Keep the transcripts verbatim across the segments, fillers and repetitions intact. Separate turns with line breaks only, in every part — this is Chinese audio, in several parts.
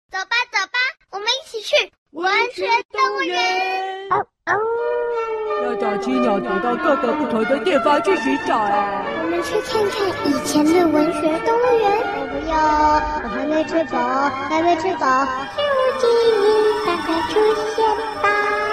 走吧走吧，我们一起去文学动物园。
哦哦，
要找青鸟得到各个不同的地方去寻找哎。
我们去看看以前的文学动物园。我不要，我还没吃饱，还没吃饱。究竟你赶快出现吧！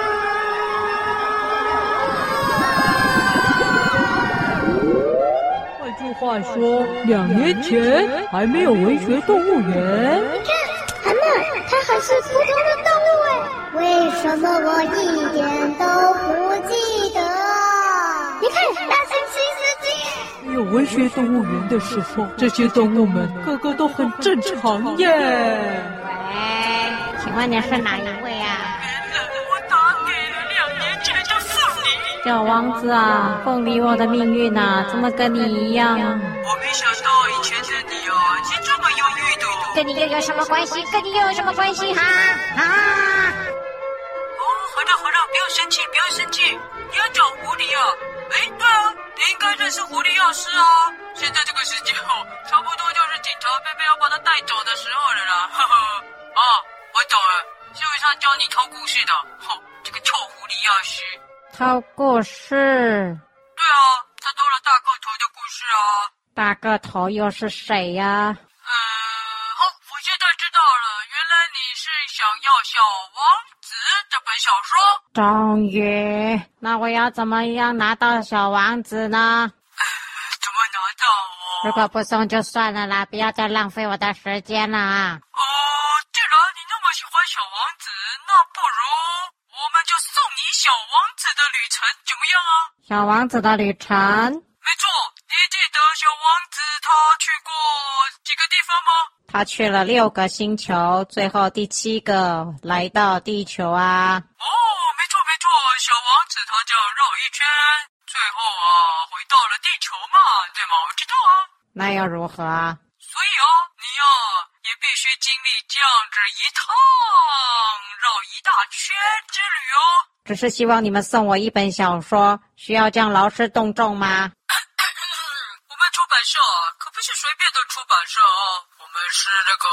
换句话说，两年前还没有文学动物园。
你看，蛤蟆，它还是普通的动物哎。为什么我一点都不记得？你看，大猩猩司机。
没有文学动物园的时候，这些动物们个个都很正常耶。
喂，请问你是哪一位啊？
我打给了两年前的凤梨。
小王子啊，凤梨我的命运啊，怎么跟你一样？
我没想到以前的你啊，是这么忧郁的。
跟你又有什么关系？跟你又有什么关系哈？啊！
哦，好了好了，不要生气，不要生气。你要找狐狸啊？哎，对啊，你应该认识狐狸药师啊。现在这个时间哦，差不多就是警察贝贝要把他带走的时候了啦。呵呵。啊，我懂了，是不是他教你偷故事的？哼，这个臭狐狸药师。
偷故事？
对啊，他偷了大个头的故事啊。
大个头又是谁呀？
呃，哦，我现在知道了，原来你是想要《小王子》这本小说。
终于，那我要怎么样拿到小王子呢？
呃，怎么拿到哦？
如果不送就算了啦，不要再浪费我的时间了啊！
哦，既然你那么喜欢小王子，那不如我们就送你小王子的旅程，怎么样啊？
小王子的旅程？
没错，你记得小王子他去过几个地方吗？
他去了六个星球，最后第七个来到地球啊！
哦，没错没错，小王子他这样绕一圈，最后啊回到了地球嘛，对吗？我知道啊。
那又如何啊？
所以啊，你呀、啊、也必须经历这样子一趟绕一大圈之旅哦。
只是希望你们送我一本小说，需要这样劳师动众吗？
我们出版社啊，可不是随便的出版社啊，我们是那个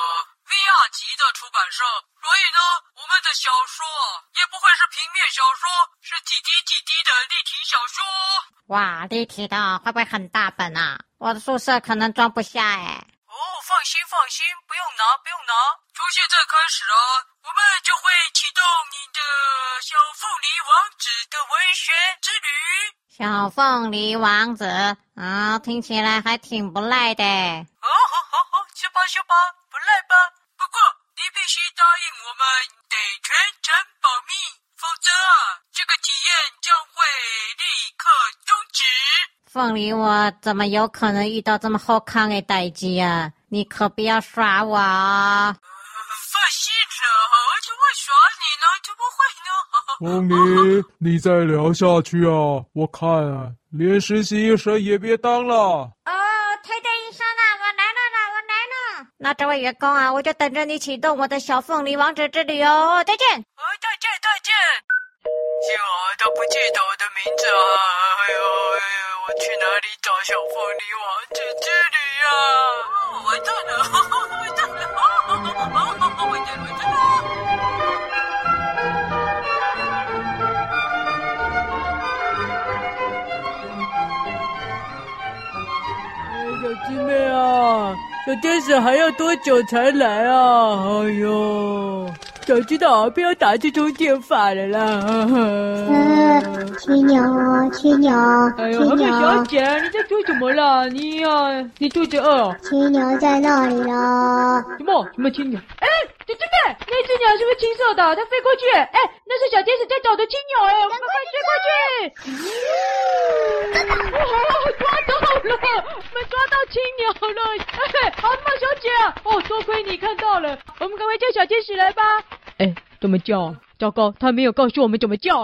V R 级的出版社，所以呢，我们的小说啊，也不会是平面小说，是几滴几滴的立体小说。
哇，立体的会不会很大本啊？我的宿舍可能装不下哎。
哦，放心放心，不用拿不用拿，从现在开始啊，我们就会启动你的小凤梨王子的文学之旅。
小凤梨王子啊，听起来还挺不赖的。
哦，好好好，是吧是吧，不赖吧？不过你必须答应我们，得全程保密，否则啊，这个体验将会立刻终止。
凤梨，我怎么有可能遇到这么好康的代志啊？你可不要耍我啊！
放心了，我怎么会耍你呢？怎么会呢？
凤梨，你再聊下去啊，我看啊，连实习医生也别当了。
哦，推荐医生啊，我来了啦，我来了。那这位员工啊，我就等着你启动我的小凤梨王子之旅哦，再见。
哦，再见再见。幸好他不记得我的名字啊！哎呦哎呦，我去哪里找小凤梨王子之旅啊？哦，完蛋了，完蛋了，完蛋了，完蛋了！小鸡妹啊，小天使还要多久才来啊？哎呦！早知道不要打这种电话了啦！
呃，青鸟，青鸟，
哎呦，河
青
马小
鸟，
姐，你在做什么啦？你呀、啊，你肚子饿、哦？
青鸟在那里了。
什么什么青鸟？哎，小鸡妹，那只鸟是不是青色的？它飞过去，哎，那是小天使在找的青鸟，哎，我们赶快追过去！哦，抓到了，我们抓到青鸟了！哎，蛤蟆小姐，哦，多亏你看到了，我们赶快叫小天使来吧。哎，怎么叫？糟糕，他没有告诉我们怎么叫，哎，怎么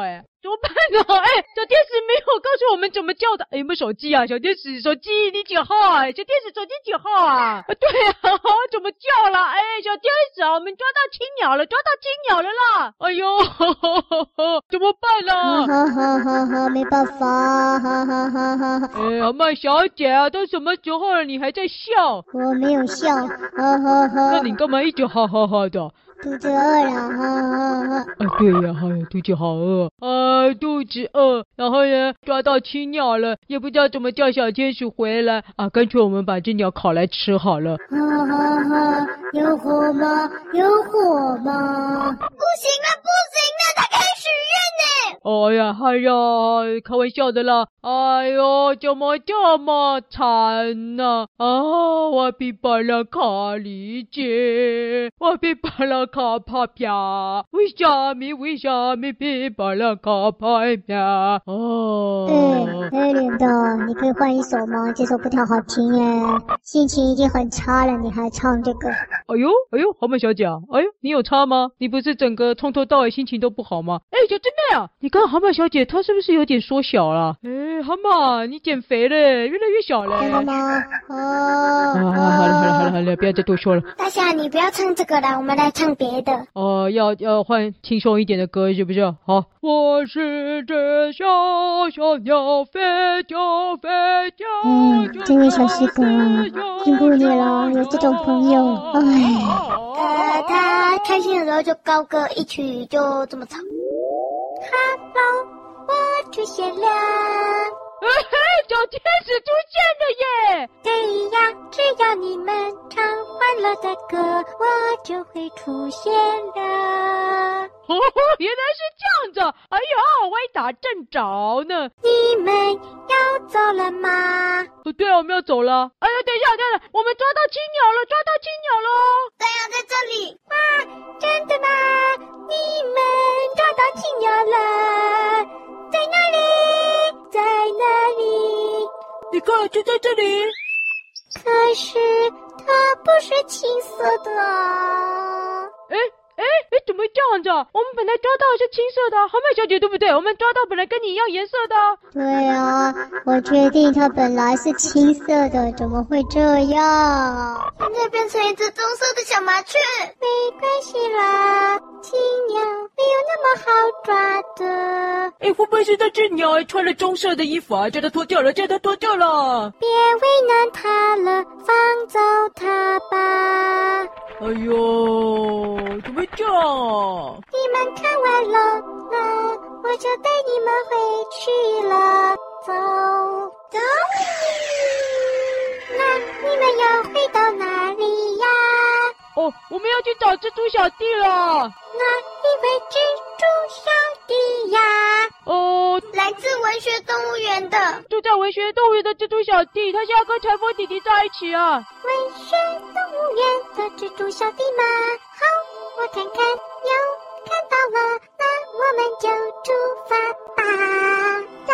么办呢？哎，小天使没有告诉我们怎么叫的。哎，有没有手机啊？小天使手机你几号啊？小天使手机几号啊？啊对啊，怎么叫了？哎，小天使啊，我们抓到青鸟了，抓到青鸟了啦！哎呦，呵呵呵呵怎么办呢？
哈哈哈哈，没办法，哈哈哈哈哈。
哎，蛤蟆小姐啊，都什么时候了，你还在笑？
我没有笑，哈哈哈。
那你干嘛一直哈哈哈的？
肚子饿了，哈哈哈。
啊，对呀，哎呀，肚子好饿啊，肚子饿。然后呢，抓到青鸟了，也不知道怎么叫小天使回来啊，干脆我们把这鸟烤来吃好了。
哈哈哈，有火吗？有火吗？不行了，不行了，他可以许愿呢。
哎呀，哎呀，开玩笑的啦。哎呦，怎么这么惨呢、啊？啊，我被巴拉卡理解，我被巴拉卡拍片，为什么为什么被巴拉卡拍片？哦，
哎哎，脸的，你可以换一首吗？这首不太好听耶，心情已经很差了，你还唱这个？
哎呦哎呦，蛤蟆小姐，哎呦，你有差吗？你不是整个从头到尾心情都不好吗？哎，小姊妹啊，你看蛤蟆小姐她是不是有点缩小了？哎，蛤蟆，你减肥了，越来越小了。
真的吗？哦、
啊，好了好了好了好了，不要再多说了。
大侠，你不要唱这个了，我们来唱别的。
哦、呃，要要换轻松一点的歌，是不是？好，我是只小小鸟，飞就飞就。
嗯，这位小师哥，辛苦你了，有这种朋友，哎。呃，他开心的时候就高歌一曲，就这么唱。Hello， 我出现了。
哎嘿，小天使出现了耶！
对呀，只要你们唱欢乐的歌，我就会出现了。
哦，原来是这样子！哎呦，歪打正着呢。
你们要走了吗？
哦，对啊，我们要走了。哎呀，等一下，等一下，我们抓到青鸟了，抓到青鸟了！
对呀，在这里。哇，真的吗？你们抓到青鸟了？在哪里？在哪里？
你看，就在这里。
可是它不是青色的啊！
哎哎哎，怎么这样子啊？我们本来抓到的是青色的，蛤蟆小姐对不对？我们抓到本来跟你一样颜色的。
对啊，我确定它本来是青色的，怎么会这样？现在变成一只棕色的小麻雀。没关系啦，青鸟没有那么好抓的。
哎，会不会是那只鸟还穿了棕色的衣服啊？叫它脱掉了，叫它脱掉了。
别为难它了，放走它吧。
哎呦，怎么这样啊？
你们看完了，那我就带你们回去了。走走，那你们要回到哪里呀？
哦，我们要去找蜘蛛小弟了。
那一位蜘蛛小弟呀？
哦，
来自文学动物园的。
住在文学动物园的蜘蛛小弟，他现在跟裁缝弟弟在一起啊。
文学动物园的蜘蛛小弟吗？好，我看看，有看到了，那我们就出发吧。走。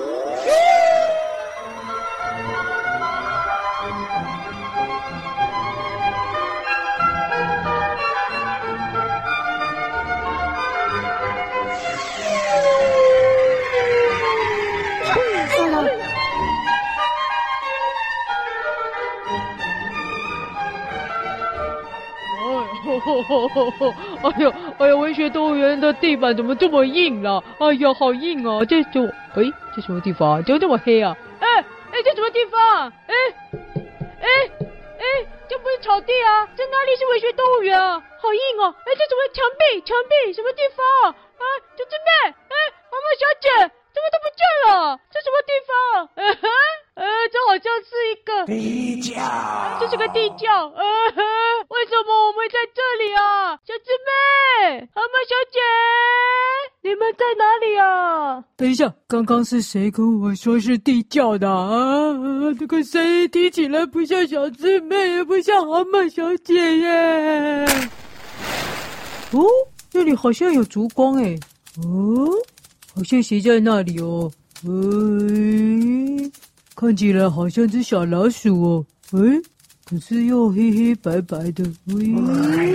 哎呦哎呀，文学动物园的地板怎么这么硬了？哎呀，好硬啊！这就哎，这什么地方啊？怎么这么黑啊？哎哎，这什么地方？哎哎哎，这不是草地啊？这哪里是文学动物园啊？好硬哦！哎，这什么墙壁？墙壁什么地方？啊，小姊妹，哎，蛤蟆小姐，怎么都不见了？这什么地方？哎哈，呃，这好像是一个
地窖，
这是个地窖。呃哈，为什么我们在这里啊？小姊妹，蛤蟆小姐，你们在哪里啊？
等一下，刚刚是谁跟我说是地窖的啊？这个声音听起来不像小姊妹，也不像蛤蟆小姐耶。哦，这里好像有烛光诶。哦，好像谁在那里哦。哎，看起来好像只小老鼠哦。哎，可是又黑黑白白的。哎。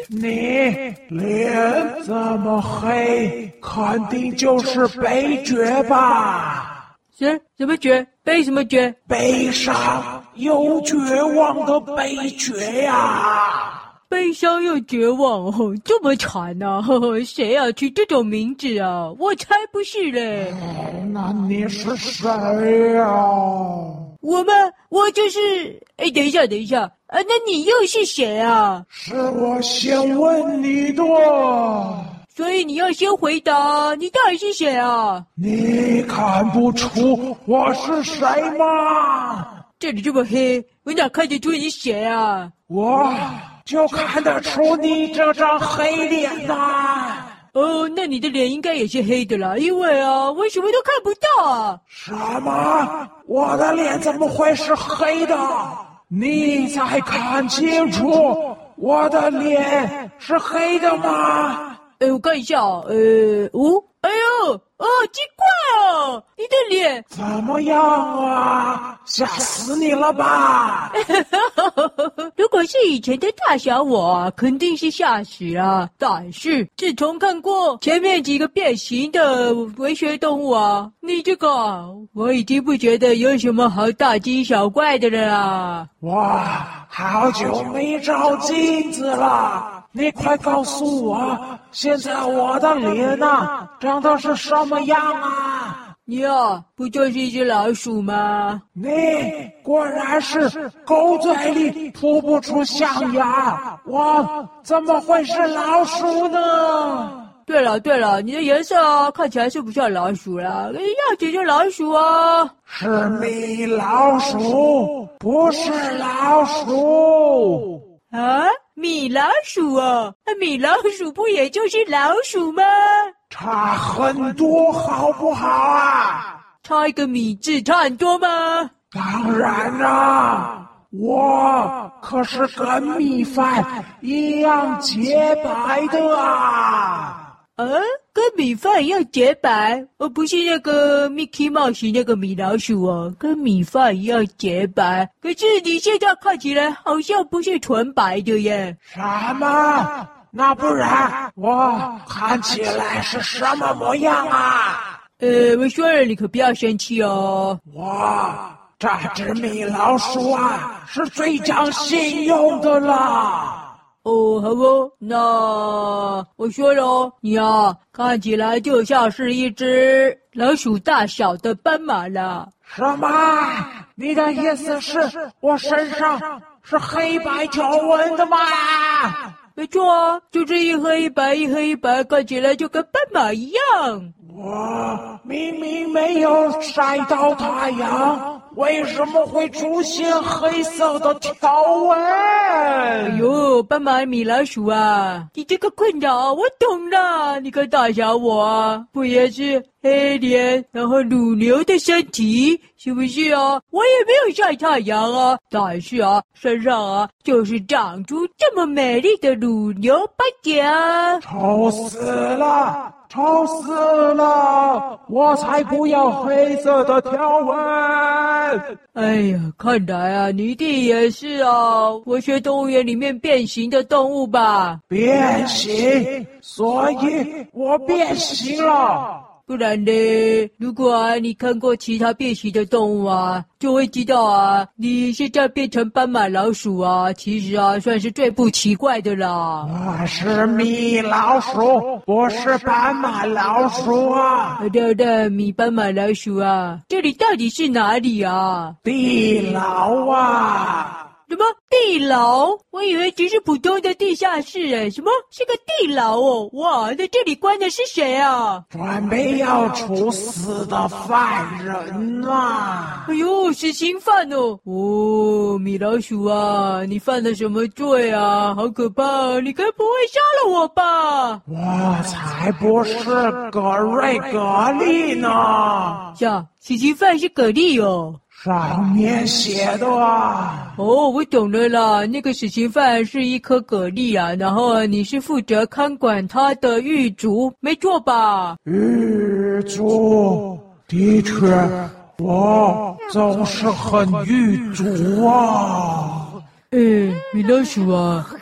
你脸这么黑，肯定就是悲绝吧？
什什么绝？悲什么绝？
悲伤又绝望的悲绝呀！
悲伤又绝望哦，这么惨啊！呵呵，谁啊取这种名字啊？我才不是嘞！
哦，那你是谁呀？
我吗？我就是……哎，等一下，等一下啊！那你又是谁啊？
是我先问你的。
所以你要先回答，你到底是谁啊？
你看不出我是谁吗？
这里这么黑，我哪看得出你谁啊？
我就看得出你这张黑脸呐。
哦，那你的脸应该也是黑的啦，因为啊，我什么都看不到啊。
什么？我的脸怎么会是黑的？你再看清楚，我的脸是黑的吗？
哎，我看一下啊，呃，哦，哎呦，哦，奇怪哦，你的脸
怎么样啊？吓死你了吧？
如果是以前的大小我，肯定是吓死了。但是自从看过前面几个变形的文学动物啊，你这个我已经不觉得有什么好大惊小怪的了啦。
哇，好久没照镜子了。你快告诉我，现在我的脸啊，长得是什么样啊？
你啊，不就是一只老鼠吗？
你果然是狗嘴里吐不出象牙，我怎么会是老鼠呢？
对了对了，你的颜色啊，看起来是不像老鼠啦，要解就老鼠啊。
是米老鼠，不是老鼠
啊。米老鼠啊，米老鼠不也就是老鼠吗？
差很多，好不好啊？
差一个米字，差很多吗？
当然啦，我可是跟米饭一样洁白的啊！
啊，跟米饭一样洁白，而不是那个 Mickey Mouse 那个米老鼠哦，跟米饭一样洁白。可是你现在看起来好像不是纯白的耶。
什么？那不然我看起来是什么模样啊？
呃，我说了，你可不要生气哦。
哇，这只米老鼠啊，是最讲信用的啦。
哦，好哦，那我说喽，你啊，看起来就像是一只老鼠大小的斑马啦。
什么？你的意思是我身上是黑白条纹的吗？
没错啊，就这一黑一白，一黑一白，看起来就跟斑马一样。
我明明没有晒到太阳，为什么会出现黑色的条纹？
哎呦，斑马米老鼠啊，你这个困扰我懂了。你看大小我啊，不也是黑脸，然后乳牛的身体，是不是啊？我也没有晒太阳啊，但是啊，身上啊就是长出这么美丽的乳牛斑点啊。
丑死了！丑死了！我才不要黑色的条纹！
哎呀，看来啊，你一定也是啊，我学动物园里面变形的动物吧？
变形，所以我变形了。
不然呢？如果啊，你看过其他变形的动物啊，就会知道啊，你现在变成斑马老鼠啊，其实啊，算是最不奇怪的啦。
我是米老鼠，不是斑马老鼠啊！
对对，米斑马老鼠啊，这里到底是哪里啊？
地牢啊！
什么地牢？我以为只是普通的地下室诶，什么是个地牢哦？哇，那这里关的是谁啊？
准备要处死的犯人啊！
哎呦，死刑犯哦！哦，米老鼠啊，你犯了什么罪啊？好可怕啊！你该不会杀了我吧？
我才不是葛瑞格利呢！
呀，死刑犯是蛤蜊哦。
上面写的啊！
哦，我懂了啦，那个死刑犯是一颗蛤蜊啊，然后你是负责看管他的狱卒，没错吧？
狱卒，的确，我总是很狱卒啊。
嗯，米老鼠啊，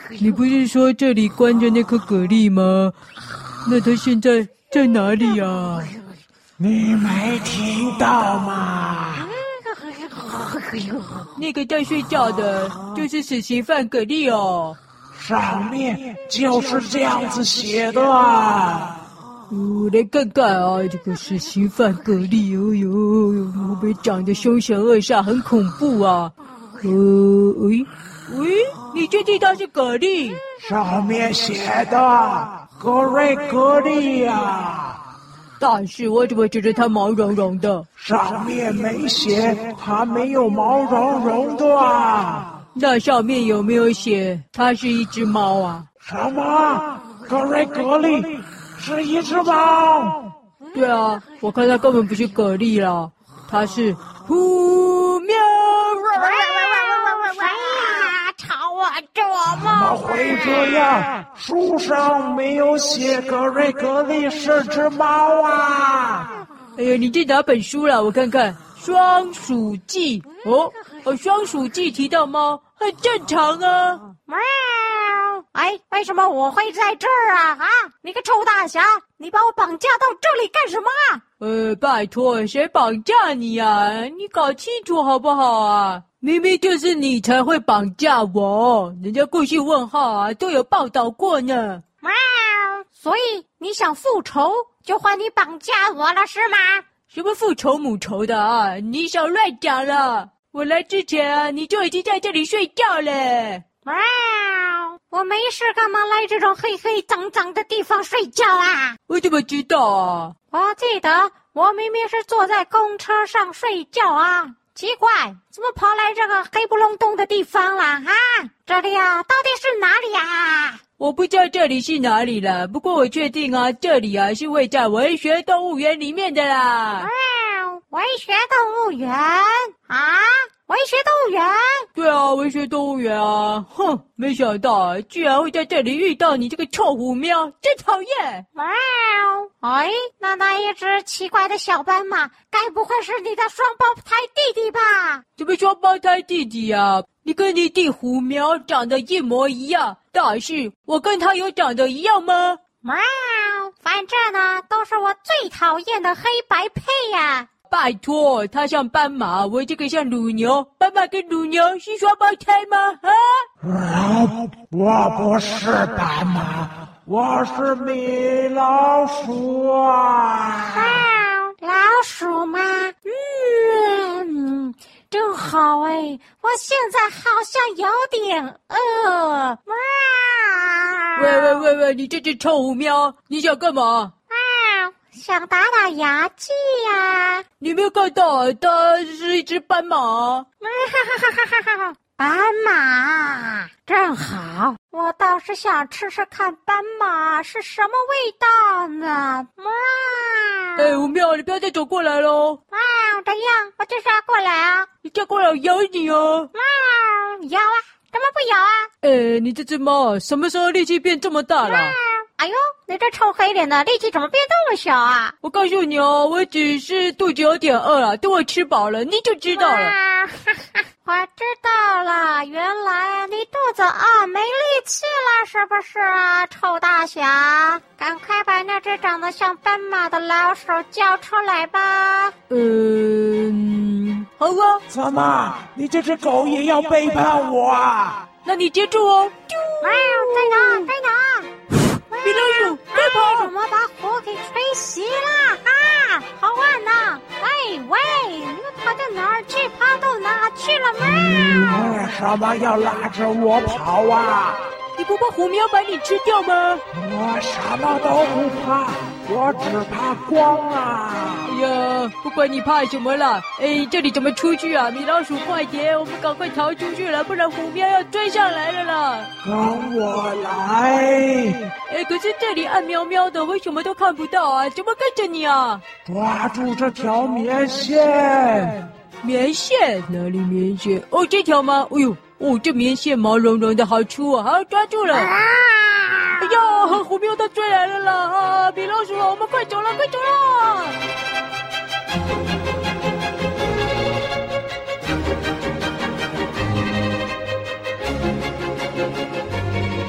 你不是说这里关着那颗蛤蜊吗？那它现在在哪里啊？
你没听到吗？
那个在睡觉的，就是死刑犯蛤蜊哦。
上面就是这样子写的啊。
我来看看啊，这个死刑犯蛤蜊，哦呦，会不会长得凶神恶煞，很恐怖啊？呃，喂喂，你确定它是蛤蜊？
上面写的格瑞蛤蜊呀。
但是我怎么觉得它毛茸茸的？
上面没写，它没有毛茸茸的啊。
那上面有没有写它是一只猫啊？
什么？格瑞蛤蜊是一只猫？
对啊，我看它根本不是蛤蜊啦，它是虎喵。
怎
么会这样？书上没有写格瑞蛤蜊是只猫啊！
哎呀，你这哪本书啦？我看看，《双鼠记》哦，哦，《双鼠记》提到猫，很正常啊。
喵！哎，为什么我会在这儿啊？啊，你个臭大侠，你把我绑架到这里干什么啊？
呃，拜托，谁绑架你啊？你搞清楚好不好啊？明明就是你才会绑架我，人家过去问号啊都有报道过呢。
喵！所以你想复仇，就换你绑架我了是吗？
什么复仇母仇的啊？你少乱讲了！我来之前啊，你就已经在这里睡觉了。
喵！我没事干嘛来这种黑黑脏脏的地方睡觉啊？
我怎么知道啊？
我记得我明明是坐在公车上睡觉啊。奇怪，怎么跑来这个黑不隆咚的地方啦？啊，这里啊，到底是哪里啊？
我不知道这里是哪里了，不过我确定啊，这里啊是位在文学动物园里面的啦。
哇，文学动物园啊，文学动物园？
对啊，文学动物园啊！哼，没想到啊，居然会在这里遇到你这个臭虎喵，真讨厌！
哇，哎，那那一只奇怪的小斑马，该不会是你的双胞胎弟弟吧？
怎么双胞胎弟弟啊？你跟你弟虎苗长得一模一样，但是我跟他有长得一样吗？
喵，反正呢，都是我最讨厌的黑白配呀、啊！
拜托，他像斑马，我这个像乳牛，斑马跟乳牛是双胞胎吗？啊？
啊，我不是斑马，我是米老鼠啊！
啊，老鼠吗？嗯。真好哎！我现在好像有点饿。哇！
喂喂喂喂，你这只臭虎喵，你想干嘛？
啊，想打打牙祭呀、啊！
你没有看到，它是一只斑马。
哈哈哈哈哈！斑马正好，我倒是想吃吃看斑马是什么味道呢。哇！
哎，虎喵，你不要再走过来喽！
哇，怎样？我就是要过来啊！
你再过来，我咬你哦！
哇，咬啊！怎么不咬啊？
哎，你这只猫什么时候力气变这么大了？
哎呦，你这臭黑脸的力气怎么变这么小啊？
我告诉你哦，我只是肚子有点饿了，等我吃饱了你就知道了。
我知道了，原来你肚子饿没力气了，是不是啊，臭大侠？赶快把那只长得像斑马的老鼠叫出来吧。
嗯，好啊。
怎么，你这只狗也要背叛我啊？
那你接住哦。
哇，在哪？在哪？
米老鼠，快跑！
怎么把火给吹熄了啊？好暗呐！喂喂，你们跑到哪儿去？跑到哪去了吗？
你为什么要拉着我跑啊？
你不怕虎喵把你吃掉吗？
我什么都不怕，我只怕光啊！
哎呀，不管你怕什么了，哎，这里怎么出去啊？米老鼠，快点，我们赶快逃出去了，不然虎喵要追上来了啦！
跟我来！
哎，可是这里暗喵喵的，我什么都看不到啊，怎么跟着你啊？
抓住这条棉线！
棉线？哪里棉线？哦，这条吗？哎呦！哦，这棉线毛茸茸的，好粗啊！好，抓住了！
啊、
哎呀，虎喵它追来了啦！啊，米老鼠，我们快走了，快走了！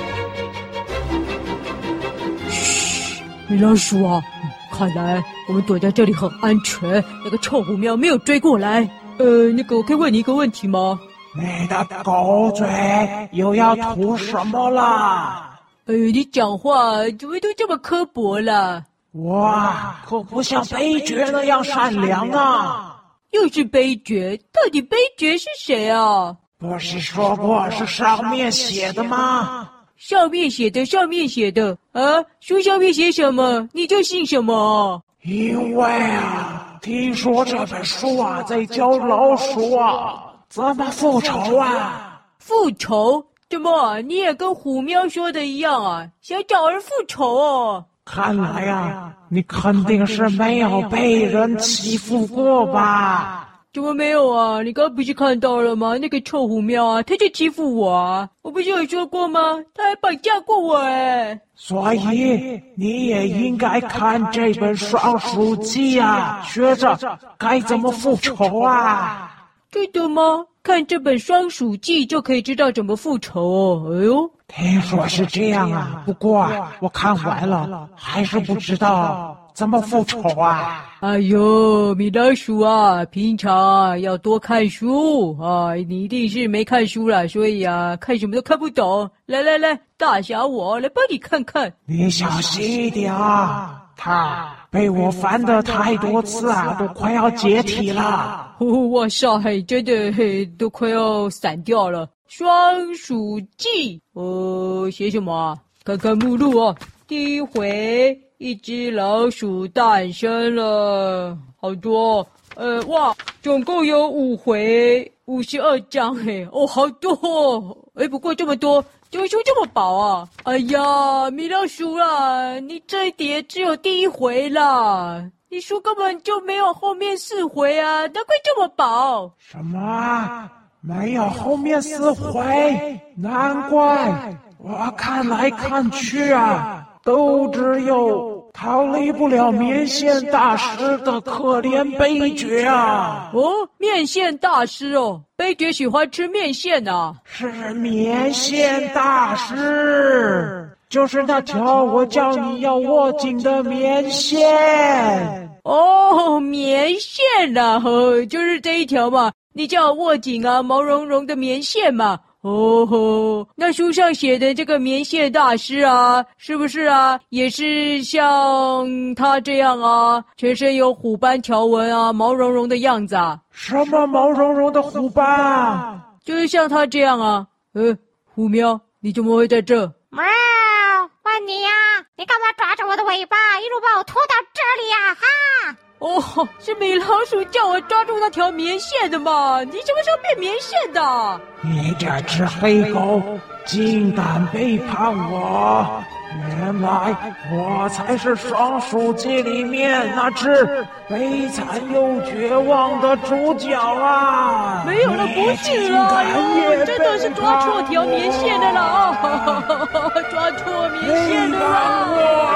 米老鼠啊，看来我们躲在这里很安全，那个臭虎喵没有追过来。呃，那个我可以问你一个问题吗？
你的狗嘴又要吐什么啦？
哎呦，你讲话怎么都这么刻薄了？
哇，可不像杯爵那样善良啊！
又是杯爵，到底杯爵是谁啊？
不是说过是上面写的吗？
上面写的，上面写的啊，书上面写什么，你就信什么？
因为啊，听说这本书啊在教老鼠啊怎么复仇啊？
复仇？怎么，你也跟虎喵说的一样啊？想找人复仇哦？
看来啊，你肯定是没有被人欺负过吧？
怎么没有啊？你刚不是看到了吗？那个臭虎喵啊，他就欺负我啊！我不是有说过吗？他还绑架过我哎！
所以你也应该看这本《双鼠记》啊，学着该怎么复仇啊！
真的吗？看这本《双鼠记》就可以知道怎么复仇哦。哎呦，
听说是这样啊，不过我看完了，还是不知道怎么复仇啊。
哎呦，米老鼠啊，平常啊要多看书啊，你一定是没看书了，所以啊看什么都看不懂。来来来，大侠我来帮你看看。
你小心一点啊，他被我翻得太多次啊，都快要解体了。
哦，哇塞，真的嘿都快要散掉了。双鼠记，哦，写什么啊？看看目录哦。第一回，一只老鼠诞生了，好多哦。呃，哇，总共有五回，五十二章嘿，哦，好多哦。哎，不过这么多，怎么书这么薄啊？哎呀，米老鼠啦，你这一叠只有第一回啦。你书根本就没有后面四回啊，难怪这么薄。
什么？没有后面四回？难怪我看来看去啊，都只有逃离不了面线大师的可怜杯爵啊！
哦，面线大师哦，杯爵喜欢吃面线啊。
是面线大师。就是那条我叫你要握紧的棉线
哦，棉线啊，呵，就是这一条嘛，你叫我握紧啊，毛茸茸的棉线嘛。哦吼，那书上写的这个棉线大师啊，是不是啊，也是像他这样啊，全身有虎斑条纹啊，毛茸茸的样子啊？
什么毛茸茸的虎斑？
就是像他这样啊。呃，虎喵，你怎么会在这？
喵！问你呀、啊，你干嘛抓着我的尾巴，一路把我拖到这里呀、啊？哈！
哦，是米老鼠叫我抓住那条棉线的嘛？你什么时候变棉线的？
你这只黑狗，竟敢背叛我！原来我才是《双鼠记》里面那只悲惨又绝望的主角啊！
没有了，不是了哟，真的是抓错条棉线的了啊！抓错棉线的了！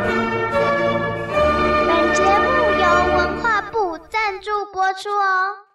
本节目由文化部赞助播出哦。